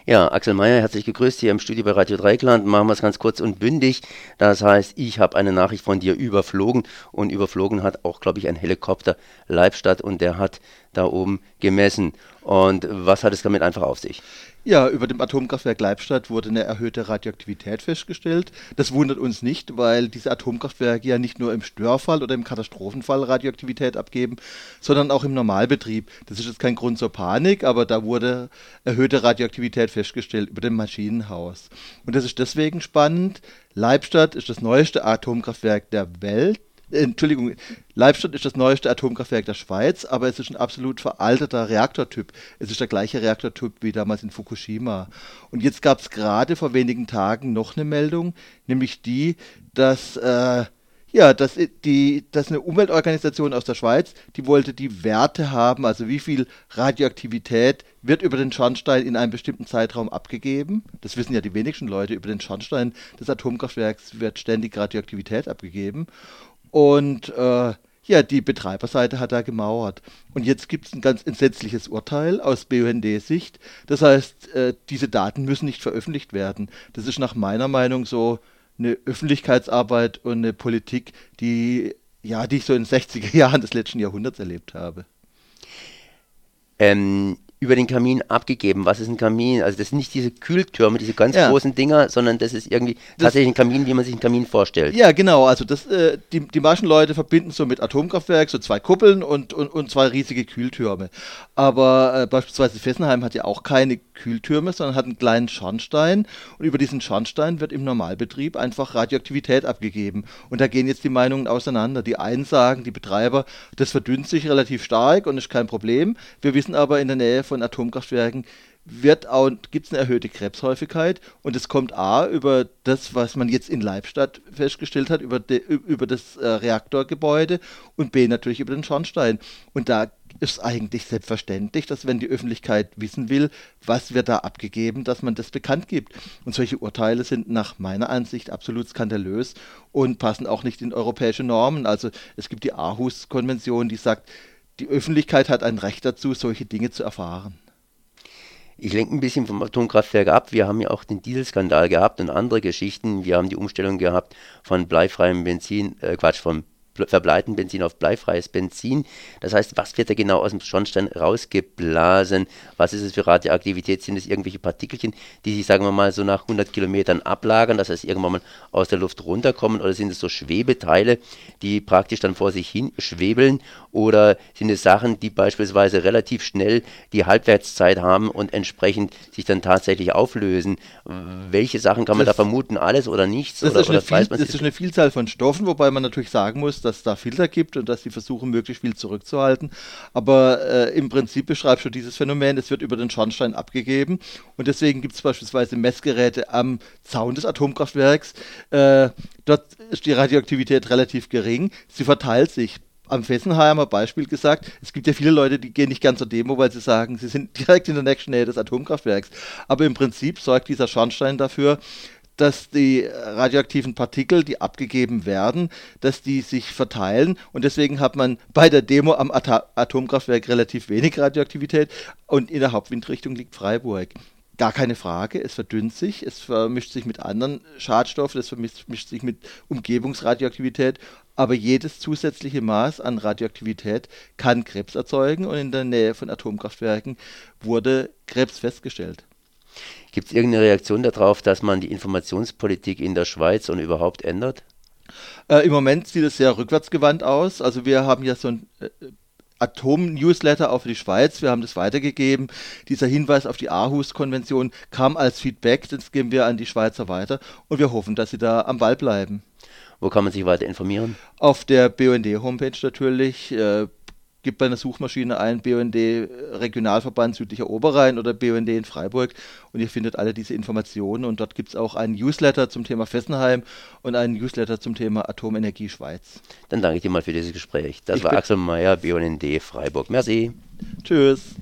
Ja, Axel Mayer, herzlich gegrüßt hier im Studio bei Radio Dreikland. Machen wir es ganz kurz und bündig. Das heißt, ich habe eine Nachricht von dir überflogen und überflogen hat auch, glaube ich, ein Helikopter Leibstadt und der hat da oben gemessen. Und was hat es damit einfach auf sich? Ja, über dem Atomkraftwerk Leibstadt wurde eine erhöhte Radioaktivität festgestellt. Das wundert uns nicht, weil diese Atomkraftwerke ja nicht nur im Störfall oder im Katastrophenfall Radioaktivität abgeben, sondern auch im Normalbetrieb. Das ist jetzt kein Grund zur Panik, aber da wurde erhöhte Radioaktivität festgestellt über dem Maschinenhaus. Und das ist deswegen spannend. Leibstadt ist das neueste Atomkraftwerk der Welt. Entschuldigung, Leibstadt ist das neueste Atomkraftwerk der Schweiz, aber es ist ein absolut veralteter Reaktortyp. Es ist der gleiche Reaktortyp wie damals in Fukushima. Und jetzt gab es gerade vor wenigen Tagen noch eine Meldung, nämlich die, dass eine Umweltorganisation aus der Schweiz, die wollte die Werte haben, also wie viel Radioaktivität wird über den Schornstein in einem bestimmten Zeitraum abgegeben. Das wissen ja die wenigsten Leute. Über den Schornstein des Atomkraftwerks wird ständig Radioaktivität abgegeben. Und die Betreiberseite hat da gemauert. Und jetzt gibt es ein ganz entsetzliches Urteil aus BUND-Sicht. Das heißt, diese Daten müssen nicht veröffentlicht werden. Das ist nach meiner Meinung so eine Öffentlichkeitsarbeit und eine Politik, die ich so in den 60er Jahren des letzten Jahrhunderts erlebt habe. Über den Kamin abgegeben. Was ist ein Kamin? Also das sind nicht diese Kühltürme, diese ganz Ja, großen Dinger, sondern das ist irgendwie das, tatsächlich ein Kamin, wie man sich einen Kamin vorstellt. Ja, genau. Also die meisten Leute verbinden so mit Atomkraftwerk so zwei Kuppeln und zwei riesige Kühltürme. Aber beispielsweise Fessenheim hat ja auch keine Kühltürme, sondern hat einen kleinen Schornstein. Und über diesen Schornstein wird im Normalbetrieb einfach Radioaktivität abgegeben. Und da gehen jetzt die Meinungen auseinander. Die einen sagen, die Betreiber, das verdünnt sich relativ stark und ist kein Problem. Wir wissen aber, in der Nähe von Atomkraftwerken gibt es eine erhöhte Krebshäufigkeit und es kommt A über das, was man jetzt in Leibstadt festgestellt hat, über das Reaktorgebäude und B natürlich über den Schornstein. Und da ist eigentlich selbstverständlich, dass wenn die Öffentlichkeit wissen will, was wird da abgegeben, dass man das bekannt gibt. Und solche Urteile sind nach meiner Ansicht absolut skandalös und passen auch nicht in europäische Normen. Also es gibt die Aarhus-Konvention, die sagt, die Öffentlichkeit hat ein Recht dazu, solche Dinge zu erfahren. Ich lenke ein bisschen vom Atomkraftwerk ab. Wir haben ja auch den Dieselskandal gehabt und andere Geschichten. Wir haben die Umstellung gehabt von bleifreiem Benzin, vom verbleiten Benzin auf bleifreies Benzin. Das heißt, was wird da genau aus dem Schornstein rausgeblasen? Was ist es für Radioaktivität? Sind es irgendwelche Partikelchen, die sich, sagen wir mal, so nach 100 Kilometern ablagern, das heißt irgendwann mal aus der Luft runterkommen? Oder sind es so Schwebeteile, die praktisch dann vor sich hin schwebeln? Oder sind es Sachen, die beispielsweise relativ schnell die Halbwertszeit haben und entsprechend sich dann tatsächlich auflösen? Welche Sachen kann man da Das, vermuten? Alles oder nichts? das, Oder, ist eine oder weiß man das es? ist eine Vielzahl von Stoffen, wobei man natürlich sagen muss, dass es da Filter gibt und dass die versuchen, möglichst viel zurückzuhalten. Aber im Prinzip beschreibst du dieses Phänomen, es wird über den Schornstein abgegeben und deswegen gibt es beispielsweise Messgeräte am Zaun des Atomkraftwerks. Dort ist die Radioaktivität relativ gering. Sie verteilt sich. Am Fessenheimer Beispiel gesagt, es gibt ja viele Leute, die gehen nicht ganz zur Demo, weil sie sagen, sie sind direkt in der nächsten Nähe des Atomkraftwerks. Aber im Prinzip sorgt dieser Schornstein dafür, dass die radioaktiven Partikel, die abgegeben werden, dass die sich verteilen und deswegen hat man bei der Demo am Atomkraftwerk relativ wenig Radioaktivität und in der Hauptwindrichtung liegt Freiburg. Gar keine Frage, es verdünnt sich, es vermischt sich mit anderen Schadstoffen, es vermischt sich mit Umgebungsradioaktivität, aber jedes zusätzliche Maß an Radioaktivität kann Krebs erzeugen und in der Nähe von Atomkraftwerken wurde Krebs festgestellt. Gibt es irgendeine Reaktion darauf, dass man die Informationspolitik in der Schweiz und überhaupt ändert? Im Moment sieht es sehr rückwärtsgewandt aus. Also wir haben ja so ein Atom-Newsletter auch für die Schweiz. Wir haben das weitergegeben. Dieser Hinweis auf die Aarhus-Konvention kam als Feedback. Das geben wir an die Schweizer weiter. Und wir hoffen, dass sie da am Ball bleiben. Wo kann man sich weiter informieren? Auf der BUND-Homepage natürlich. Gibt bei einer Suchmaschine ein BUND Regionalverband Südlicher Oberrhein oder BUND in Freiburg und ihr findet alle diese Informationen und dort gibt es auch einen Newsletter zum Thema Fessenheim und einen Newsletter zum Thema Atomenergie Schweiz. Dann danke ich dir mal für dieses Gespräch. Das Ich war bin, Axel Mayer, BUND Freiburg. Merci. Tschüss.